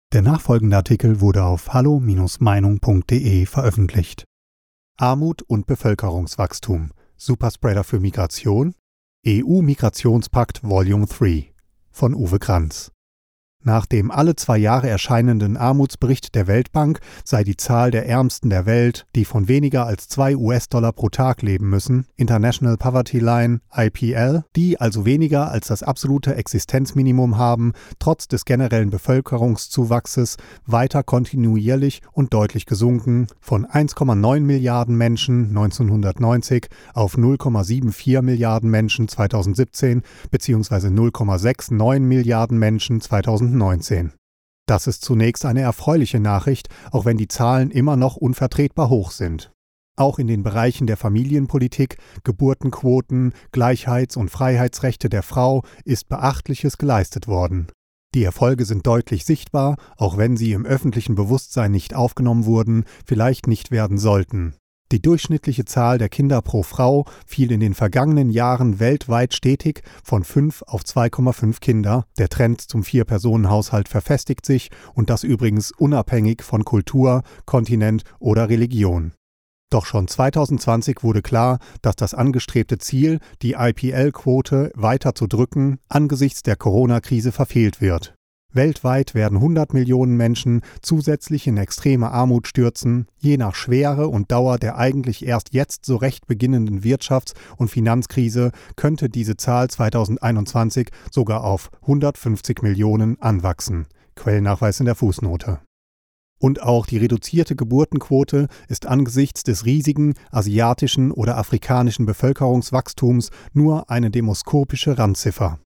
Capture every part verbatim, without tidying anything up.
Der nachfolgende Artikel wurde auf hallo Bindestrich meinung punkt de veröffentlicht. Armut und Bevölkerungswachstum. Superspreader für Migration. E U-Migrationspakt Volume drei von Uwe Kranz. Nach dem alle zwei Jahre erscheinenden Armutsbericht der Weltbank sei die Zahl der Ärmsten der Welt, die von weniger als zwei US-Dollar pro Tag leben müssen, International Poverty Line, I P L, die also weniger als das absolute Existenzminimum haben, trotz des generellen Bevölkerungszuwachses weiter kontinuierlich und deutlich gesunken, von eins Komma neun Milliarden Menschen neunzehnhundertneunzig auf null Komma vierundsiebzig Milliarden Menschen zweitausendsiebzehn bzw. null Komma neunundsechzig Milliarden Menschen zweitausendneunzehn. Das ist zunächst eine erfreuliche Nachricht, auch wenn die Zahlen immer noch unvertretbar hoch sind. Auch in den Bereichen der Familienpolitik, Geburtenquoten, Gleichheits- und Freiheitsrechte der Frau ist Beachtliches geleistet worden. Die Erfolge sind deutlich sichtbar, auch wenn sie im öffentlichen Bewusstsein nicht aufgenommen wurden, vielleicht nicht werden sollten. Die durchschnittliche Zahl der Kinder pro Frau fiel in den vergangenen Jahren weltweit stetig von fünf auf zwei Komma fünf Kinder. Der Trend zum Vier-Personen-Haushalt verfestigt sich und das übrigens unabhängig von Kultur, Kontinent oder Religion. Doch schon zweitausendzwanzig wurde klar, dass das angestrebte Ziel, die I P L-Quote weiter zu drücken, angesichts der Corona-Krise verfehlt wird. Weltweit werden hundert Millionen Menschen zusätzlich in extreme Armut stürzen. Je nach Schwere und Dauer der eigentlich erst jetzt so recht beginnenden Wirtschafts- und Finanzkrise könnte diese Zahl zweitausendeinundzwanzig sogar auf hundertfünfzig Millionen anwachsen. Quellennachweis in der Fußnote. Und auch die reduzierte Geburtenquote ist angesichts des riesigen asiatischen oder afrikanischen Bevölkerungswachstums nur eine demoskopische Randziffer.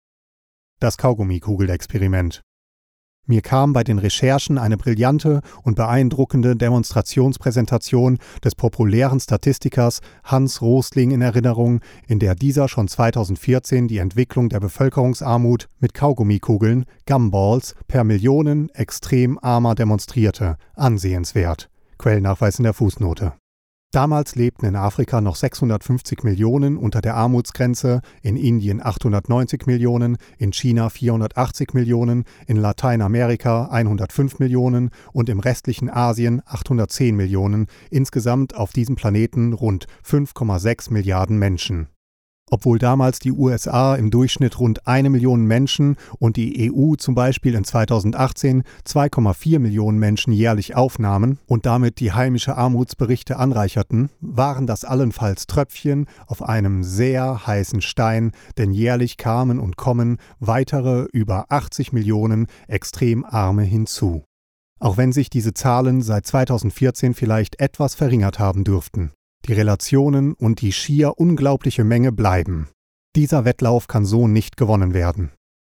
Das Kaugummikugelexperiment. Mir kam bei den Recherchen eine brillante und beeindruckende Demonstrationspräsentation des populären Statistikers Hans Rosling in Erinnerung, in der dieser schon zweitausendvierzehn die Entwicklung der Bevölkerungsarmut mit Kaugummikugeln, Gumballs, per Millionen extrem Armer demonstrierte. Ansehenswert. Quellennachweis in der Fußnote. Damals lebten in Afrika noch sechshundertfünfzig Millionen unter der Armutsgrenze, in Indien achthundertneunzig Millionen, in China vierhundertachtzig Millionen, in Lateinamerika hundertfünf Millionen und im restlichen Asien achthundertzehn Millionen, insgesamt auf diesem Planeten rund fünf Komma sechs Milliarden Menschen. Obwohl damals die U S A im Durchschnitt rund eine Million Menschen und die E U zum Beispiel in zweitausendachtzehn zwei Komma vier Millionen Menschen jährlich aufnahmen und damit die heimische Armutsberichte anreicherten, waren das allenfalls Tröpfchen auf einem sehr heißen Stein, denn jährlich kamen und kommen weitere über achtzig Millionen extrem Arme hinzu. Auch wenn sich diese Zahlen seit zweitausendvierzehn vielleicht etwas verringert haben dürften. Die Relationen und die schier unglaubliche Menge bleiben. Dieser Wettlauf kann so nicht gewonnen werden.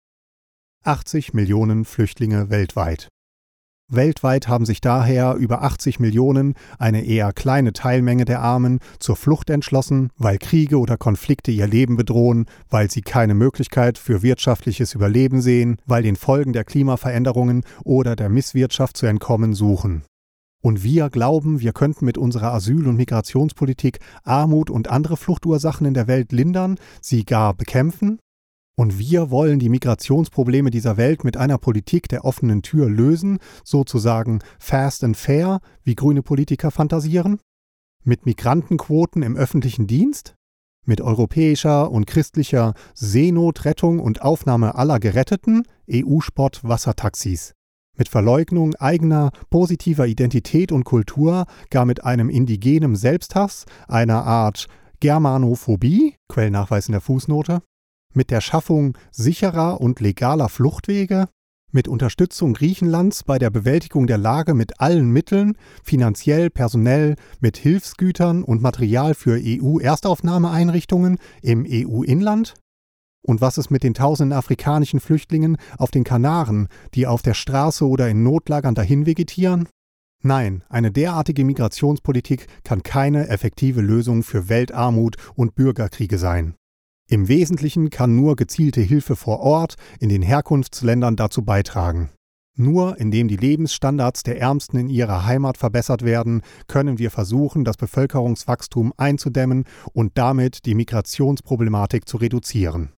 achtzig Millionen Flüchtlinge weltweit. Weltweit haben sich daher über achtzig Millionen, eine eher kleine Teilmenge der Armen, zur Flucht entschlossen, weil Kriege oder Konflikte ihr Leben bedrohen, weil sie keine Möglichkeit für wirtschaftliches Überleben sehen, weil den Folgen der Klimaveränderungen oder der Misswirtschaft zu entkommen suchen. Und wir glauben, wir könnten mit unserer Asyl- und Migrationspolitik Armut und andere Fluchtursachen in der Welt lindern, sie gar bekämpfen? Und wir wollen die Migrationsprobleme dieser Welt mit einer Politik der offenen Tür lösen, sozusagen fast and fair, wie grüne Politiker fantasieren? Mit Migrantenquoten im öffentlichen Dienst? Mit europäischer und christlicher Seenotrettung und Aufnahme aller Geretteten, E U-Spott, Wassertaxis? Mit Verleugnung eigener positiver Identität und Kultur, gar mit einem indigenen Selbsthass, einer Art Germanophobie, Quellennachweis in der Fußnote, mit der Schaffung sicherer und legaler Fluchtwege, mit Unterstützung Griechenlands bei der Bewältigung der Lage mit allen Mitteln, finanziell, personell, mit Hilfsgütern und Material für E U-Erstaufnahmeeinrichtungen im E U-Inland? Und was ist mit den tausenden afrikanischen Flüchtlingen auf den Kanaren, die auf der Straße oder in Notlagern dahin vegetieren? Nein, eine derartige Migrationspolitik kann keine effektive Lösung für Weltarmut und Bürgerkriege sein. Im Wesentlichen kann nur gezielte Hilfe vor Ort in den Herkunftsländern dazu beitragen. Nur indem die Lebensstandards der Ärmsten in ihrer Heimat verbessert werden, können wir versuchen, das Bevölkerungswachstum einzudämmen und damit die Migrationsproblematik zu reduzieren.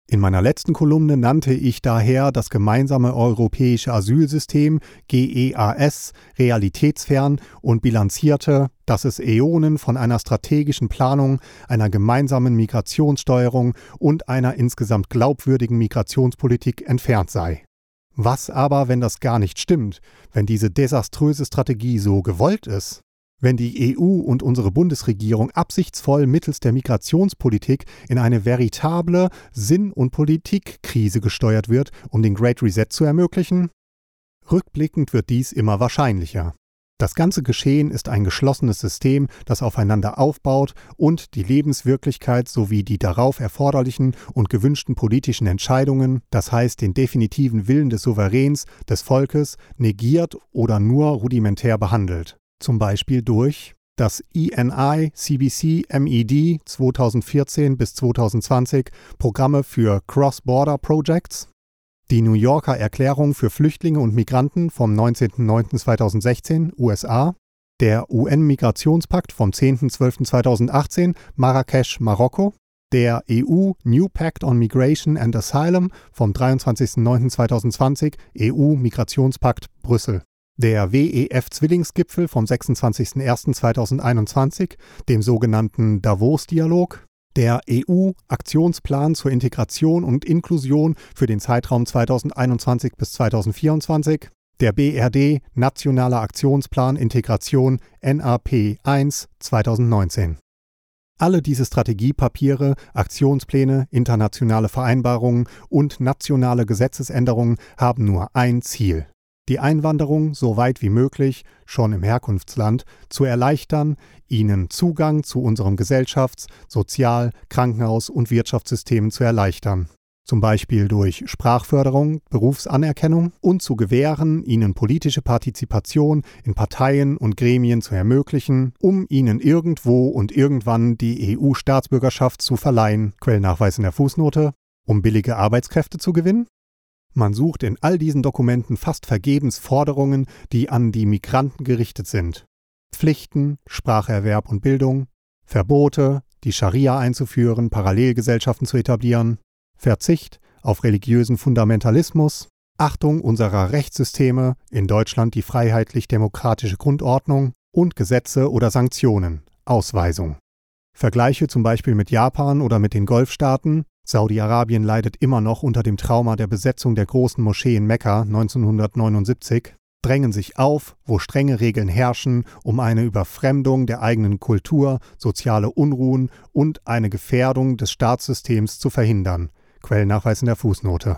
In meiner letzten Kolumne nannte ich daher das gemeinsame europäische Asylsystem G E A S realitätsfern und bilanzierte, dass es Äonen von einer strategischen Planung, einer gemeinsamen Migrationssteuerung und einer insgesamt glaubwürdigen Migrationspolitik entfernt sei. Was aber, wenn das gar nicht stimmt, wenn diese desaströse Strategie so gewollt ist? Wenn die E U und unsere Bundesregierung absichtsvoll mittels der Migrationspolitik in eine veritable Sinn- und Politikkrise gesteuert wird, um den Great Reset zu ermöglichen? Rückblickend wird dies immer wahrscheinlicher. Das ganze Geschehen ist ein geschlossenes System, das aufeinander aufbaut und die Lebenswirklichkeit sowie die darauf erforderlichen und gewünschten politischen Entscheidungen, das heißt den definitiven Willen des Souveräns, des Volkes, negiert oder nur rudimentär behandelt. Zum Beispiel durch das E N I C B C M E D zweitausendvierzehn bis zweitausendzwanzig Programme für Cross-Border Projects, die New Yorker Erklärung für Flüchtlinge und Migranten vom neunzehnten neunten zweitausendsechzehn U S A, der U N-Migrationspakt vom zehnten zwölften zweitausendachtzehn Marrakesch, Marokko, der E U New Pact on Migration and Asylum vom dreiundzwanzigsten neunten zweitausendzwanzig E U-Migrationspakt Brüssel. Der W E F-Zwillingsgipfel vom sechsundzwanzigsten ersten zweitausendeinundzwanzig, dem sogenannten Davos-Dialog, der E U-Aktionsplan zur Integration und Inklusion für den Zeitraum zweitausendeinundzwanzig bis zweitausendvierundzwanzig, der B R D Nationaler Aktionsplan Integration N A P eins zweitausendneunzehn. Alle diese Strategiepapiere, Aktionspläne, internationale Vereinbarungen und nationale Gesetzesänderungen haben nur ein Ziel: die Einwanderung so weit wie möglich, schon im Herkunftsland, zu erleichtern, ihnen Zugang zu unserem Gesellschafts-, Sozial-, Krankenhaus- und Wirtschaftssystemen zu erleichtern. Zum Beispiel durch Sprachförderung, Berufsanerkennung und zu gewähren, ihnen politische Partizipation in Parteien und Gremien zu ermöglichen, um ihnen irgendwo und irgendwann die E U-Staatsbürgerschaft zu verleihen, Quellennachweis in der Fußnote, um billige Arbeitskräfte zu gewinnen. Man sucht in all diesen Dokumenten fast vergebens Forderungen, die an die Migranten gerichtet sind. Pflichten, Spracherwerb und Bildung, Verbote, die Scharia einzuführen, Parallelgesellschaften zu etablieren, Verzicht auf religiösen Fundamentalismus, Achtung unserer Rechtssysteme, in Deutschland die freiheitlich-demokratische Grundordnung und Gesetze oder Sanktionen, Ausweisung. Vergleiche zum Beispiel mit Japan oder mit den Golfstaaten. Saudi-Arabien leidet immer noch unter dem Trauma der Besetzung der großen Moschee in Mekka neunzehnhundertneunundsiebzig, drängen sich auf, wo strenge Regeln herrschen, um eine Überfremdung der eigenen Kultur, soziale Unruhen und eine Gefährdung des Staatssystems zu verhindern. Quellennachweis in der Fußnote.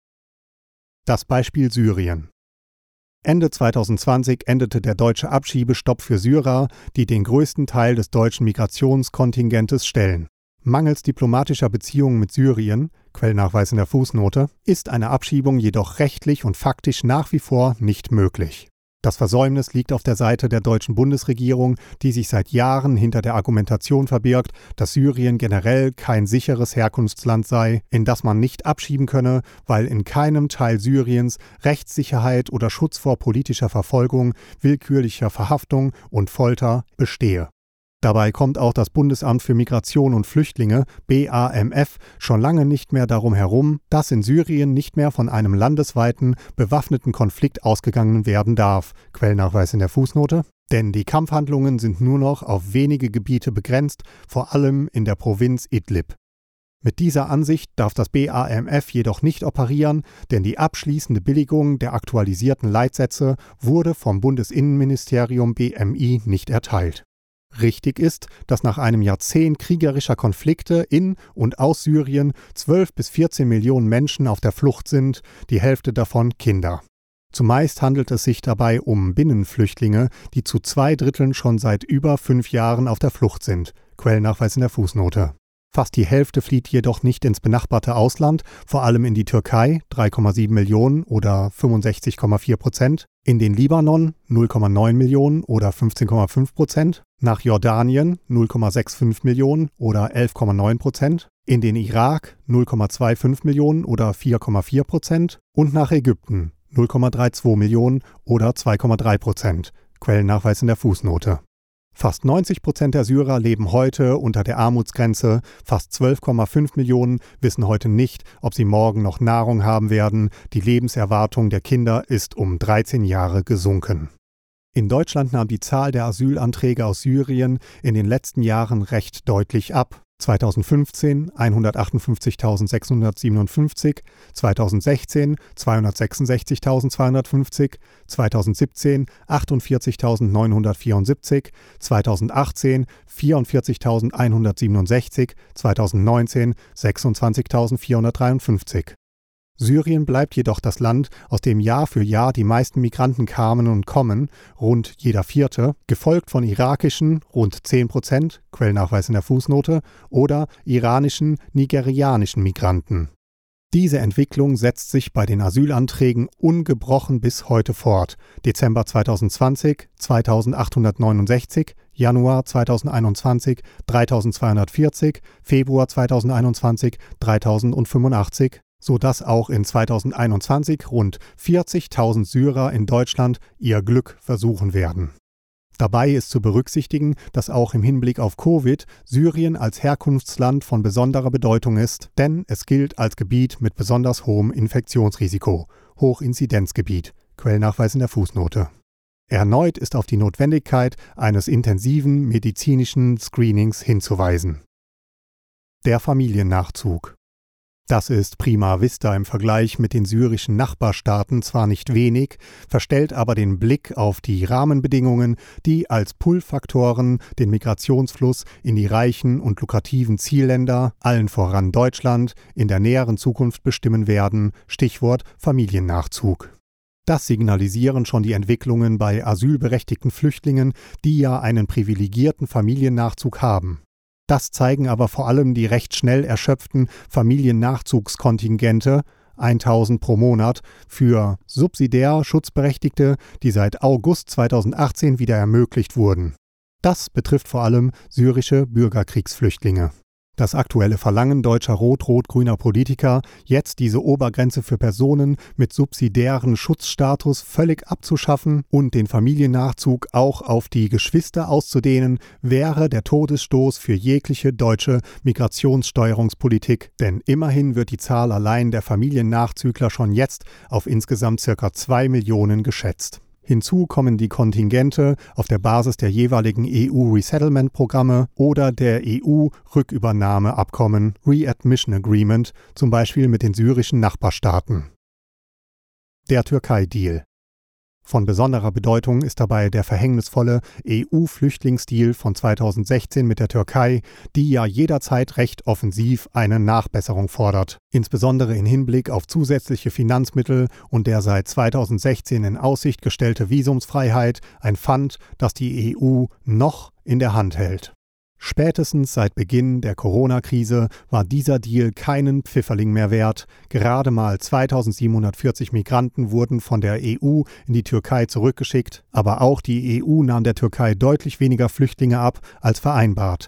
Das Beispiel Syrien. Ende zweitausendzwanzig endete der deutsche Abschiebestopp für Syrer, die den größten Teil des deutschen Migrationskontingentes stellen. Mangels diplomatischer Beziehungen mit Syrien, Quellennachweis in der Fußnote, ist eine Abschiebung jedoch rechtlich und faktisch nach wie vor nicht möglich. Das Versäumnis liegt auf der Seite der deutschen Bundesregierung, die sich seit Jahren hinter der Argumentation verbirgt, dass Syrien generell kein sicheres Herkunftsland sei, in das man nicht abschieben könne, weil in keinem Teil Syriens Rechtssicherheit oder Schutz vor politischer Verfolgung, willkürlicher Verhaftung und Folter bestehe. Dabei kommt auch das Bundesamt für Migration und Flüchtlinge, B A M F, schon lange nicht mehr darum herum, dass in Syrien nicht mehr von einem landesweiten, bewaffneten Konflikt ausgegangen werden darf. Quellennachweis in der Fußnote. Denn die Kampfhandlungen sind nur noch auf wenige Gebiete begrenzt, vor allem in der Provinz Idlib. Mit dieser Ansicht darf das B A M F jedoch nicht operieren, denn die abschließende Billigung der aktualisierten Leitsätze wurde vom Bundesinnenministerium B M I nicht erteilt. Richtig ist, dass nach einem Jahrzehnt kriegerischer Konflikte in und aus Syrien zwölf bis vierzehn Millionen Menschen auf der Flucht sind, die Hälfte davon Kinder. Zumeist handelt es sich dabei um Binnenflüchtlinge, die zu zwei Dritteln schon seit über fünf Jahren auf der Flucht sind. Quellennachweis in der Fußnote. Fast die Hälfte flieht jedoch nicht ins benachbarte Ausland, vor allem in die Türkei, drei Komma sieben Millionen oder fünfundsechzig Komma vier Prozent, in den Libanon, null Komma neun Millionen oder fünfzehn Komma fünf Prozent, nach Jordanien, null Komma fünfundsechzig Millionen oder elf Komma neun Prozent, in den Irak, null Komma fünfundzwanzig Millionen oder vier Komma vier Prozent und nach Ägypten, null Komma zweiunddreißig Millionen oder zwei Komma drei Prozent. Quellennachweis in der Fußnote. Fast neunzig Prozent der Syrer leben heute unter der Armutsgrenze, fast zwölf Komma fünf Millionen wissen heute nicht, ob sie morgen noch Nahrung haben werden, die Lebenserwartung der Kinder ist um dreizehn Jahre gesunken. In Deutschland nahm die Zahl der Asylanträge aus Syrien in den letzten Jahren recht deutlich ab. zweitausendfünfzehn hundertachtundfünfzigtausendsechshundertsiebenundfünfzig, zweitausendsechzehn zweihundertsechsundsechzigtausendzweihundertfünfzig, zweitausendsiebzehn achtundvierzigtausendneunhundertvierundsiebzig, zweitausendachtzehn vierundvierzigtausendeinhundertsiebenundsechzig, zweitausendneunzehn sechsundzwanzigtausendvierhundertdreiundfünfzig. Syrien bleibt jedoch das Land, aus dem Jahr für Jahr die meisten Migranten kamen und kommen, rund jeder Vierte, gefolgt von irakischen, rund zehn Prozent, Quellnachweis in der Fußnote, oder iranischen, nigerianischen Migranten. Diese Entwicklung setzt sich bei den Asylanträgen ungebrochen bis heute fort. Dezember zweitausendzwanzig zweitausendachthundertneunundsechzig, Januar zweitausendeinundzwanzig dreitausendzweihundertvierzig, Februar zweitausendeinundzwanzig dreitausendfünfundachtzig, sodass auch in zweitausendeinundzwanzig rund vierzigtausend Syrer in Deutschland ihr Glück versuchen werden. Dabei ist zu berücksichtigen, dass auch im Hinblick auf Covid Syrien als Herkunftsland von besonderer Bedeutung ist, denn es gilt als Gebiet mit besonders hohem Infektionsrisiko, Hochinzidenzgebiet, Quellnachweis in der Fußnote. Erneut ist auf die Notwendigkeit eines intensiven medizinischen Screenings hinzuweisen. Der Familiennachzug. Das ist prima vista im Vergleich mit den syrischen Nachbarstaaten zwar nicht wenig, verstellt aber den Blick auf die Rahmenbedingungen, die als Pull-Faktoren den Migrationsfluss in die reichen und lukrativen Zielländer, allen voran Deutschland, in der näheren Zukunft bestimmen werden, Stichwort Familiennachzug. Das signalisieren schon die Entwicklungen bei asylberechtigten Flüchtlingen, die ja einen privilegierten Familiennachzug haben. Das zeigen aber vor allem die recht schnell erschöpften Familiennachzugskontingente, tausend pro Monat, für subsidiär Schutzberechtigte, die seit August zweitausendachtzehn wieder ermöglicht wurden. Das betrifft vor allem syrische Bürgerkriegsflüchtlinge. Das aktuelle Verlangen deutscher rot-rot-grüner Politiker, jetzt diese Obergrenze für Personen mit subsidiären Schutzstatus völlig abzuschaffen und den Familiennachzug auch auf die Geschwister auszudehnen, wäre der Todesstoß für jegliche deutsche Migrationssteuerungspolitik, denn immerhin wird die Zahl allein der Familiennachzügler schon jetzt auf insgesamt ca. zwei Millionen geschätzt. Hinzu kommen die Kontingente auf der Basis der jeweiligen E U-Resettlement-Programme oder der E U-Rückübernahmeabkommen Readmission Agreement, zum Beispiel mit den syrischen Nachbarstaaten. Der Türkei-Deal. Von besonderer Bedeutung ist dabei der verhängnisvolle E U-Flüchtlingsdeal von zweitausendsechzehn mit der Türkei, die ja jederzeit recht offensiv eine Nachbesserung fordert. Insbesondere in Hinblick auf zusätzliche Finanzmittel und der seit zweitausendsechzehn in Aussicht gestellte Visumsfreiheit, ein Pfand, das die E U noch in der Hand hält. Spätestens seit Beginn der Corona-Krise war dieser Deal keinen Pfifferling mehr wert. Gerade mal zweitausendsiebenhundertvierzig Migranten wurden von der E U in die Türkei zurückgeschickt, aber auch die E U nahm der Türkei deutlich weniger Flüchtlinge ab als vereinbart,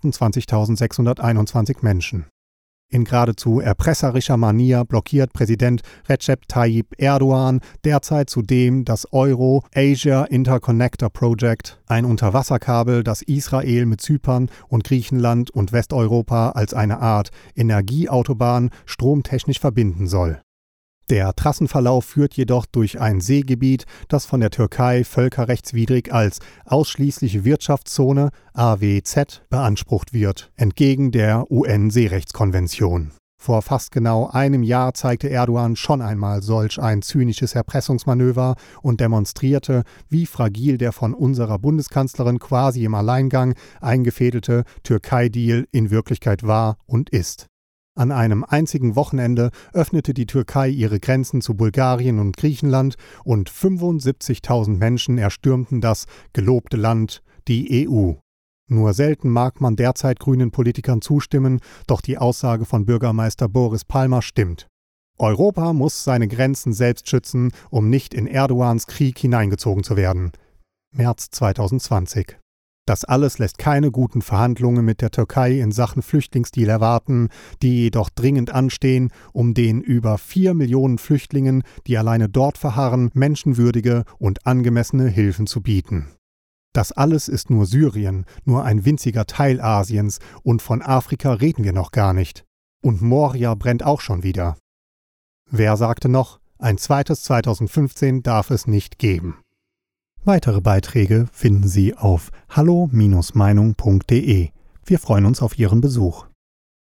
achtundzwanzigtausendsechshunderteinundzwanzig Menschen. In geradezu erpresserischer Manier blockiert Präsident Recep Tayyip Erdogan derzeit zudem das Euro-Asia Interconnector Project, ein Unterwasserkabel, das Israel mit Zypern und Griechenland und Westeuropa als eine Art Energieautobahn stromtechnisch verbinden soll. Der Trassenverlauf führt jedoch durch ein Seegebiet, das von der Türkei völkerrechtswidrig als ausschließliche Wirtschaftszone A W Z beansprucht wird, entgegen der U N-Seerechtskonvention. Vor fast genau einem Jahr zeigte Erdogan schon einmal solch ein zynisches Erpressungsmanöver und demonstrierte, wie fragil der von unserer Bundeskanzlerin quasi im Alleingang eingefädelte Türkei-Deal in Wirklichkeit war und ist. An einem einzigen Wochenende öffnete die Türkei ihre Grenzen zu Bulgarien und Griechenland und fünfundsiebzigtausend Menschen erstürmten das gelobte Land, die E U. Nur selten mag man derzeit grünen Politikern zustimmen, doch die Aussage von Bürgermeister Boris Palmer stimmt. Europa muss seine Grenzen selbst schützen, um nicht in Erdogans Krieg hineingezogen zu werden. März zweitausendzwanzig. Das alles lässt keine guten Verhandlungen mit der Türkei in Sachen Flüchtlingsdeal erwarten, die jedoch dringend anstehen, um den über vier Millionen Flüchtlingen, die alleine dort verharren, menschenwürdige und angemessene Hilfen zu bieten. Das alles ist nur Syrien, nur ein winziger Teil Asiens, und von Afrika reden wir noch gar nicht. Und Moria brennt auch schon wieder. Wer sagte noch, ein zweites zweitausendfünfzehn darf es nicht geben? Weitere Beiträge finden Sie auf hallo Bindestrich meinung punkt de. Wir freuen uns auf Ihren Besuch.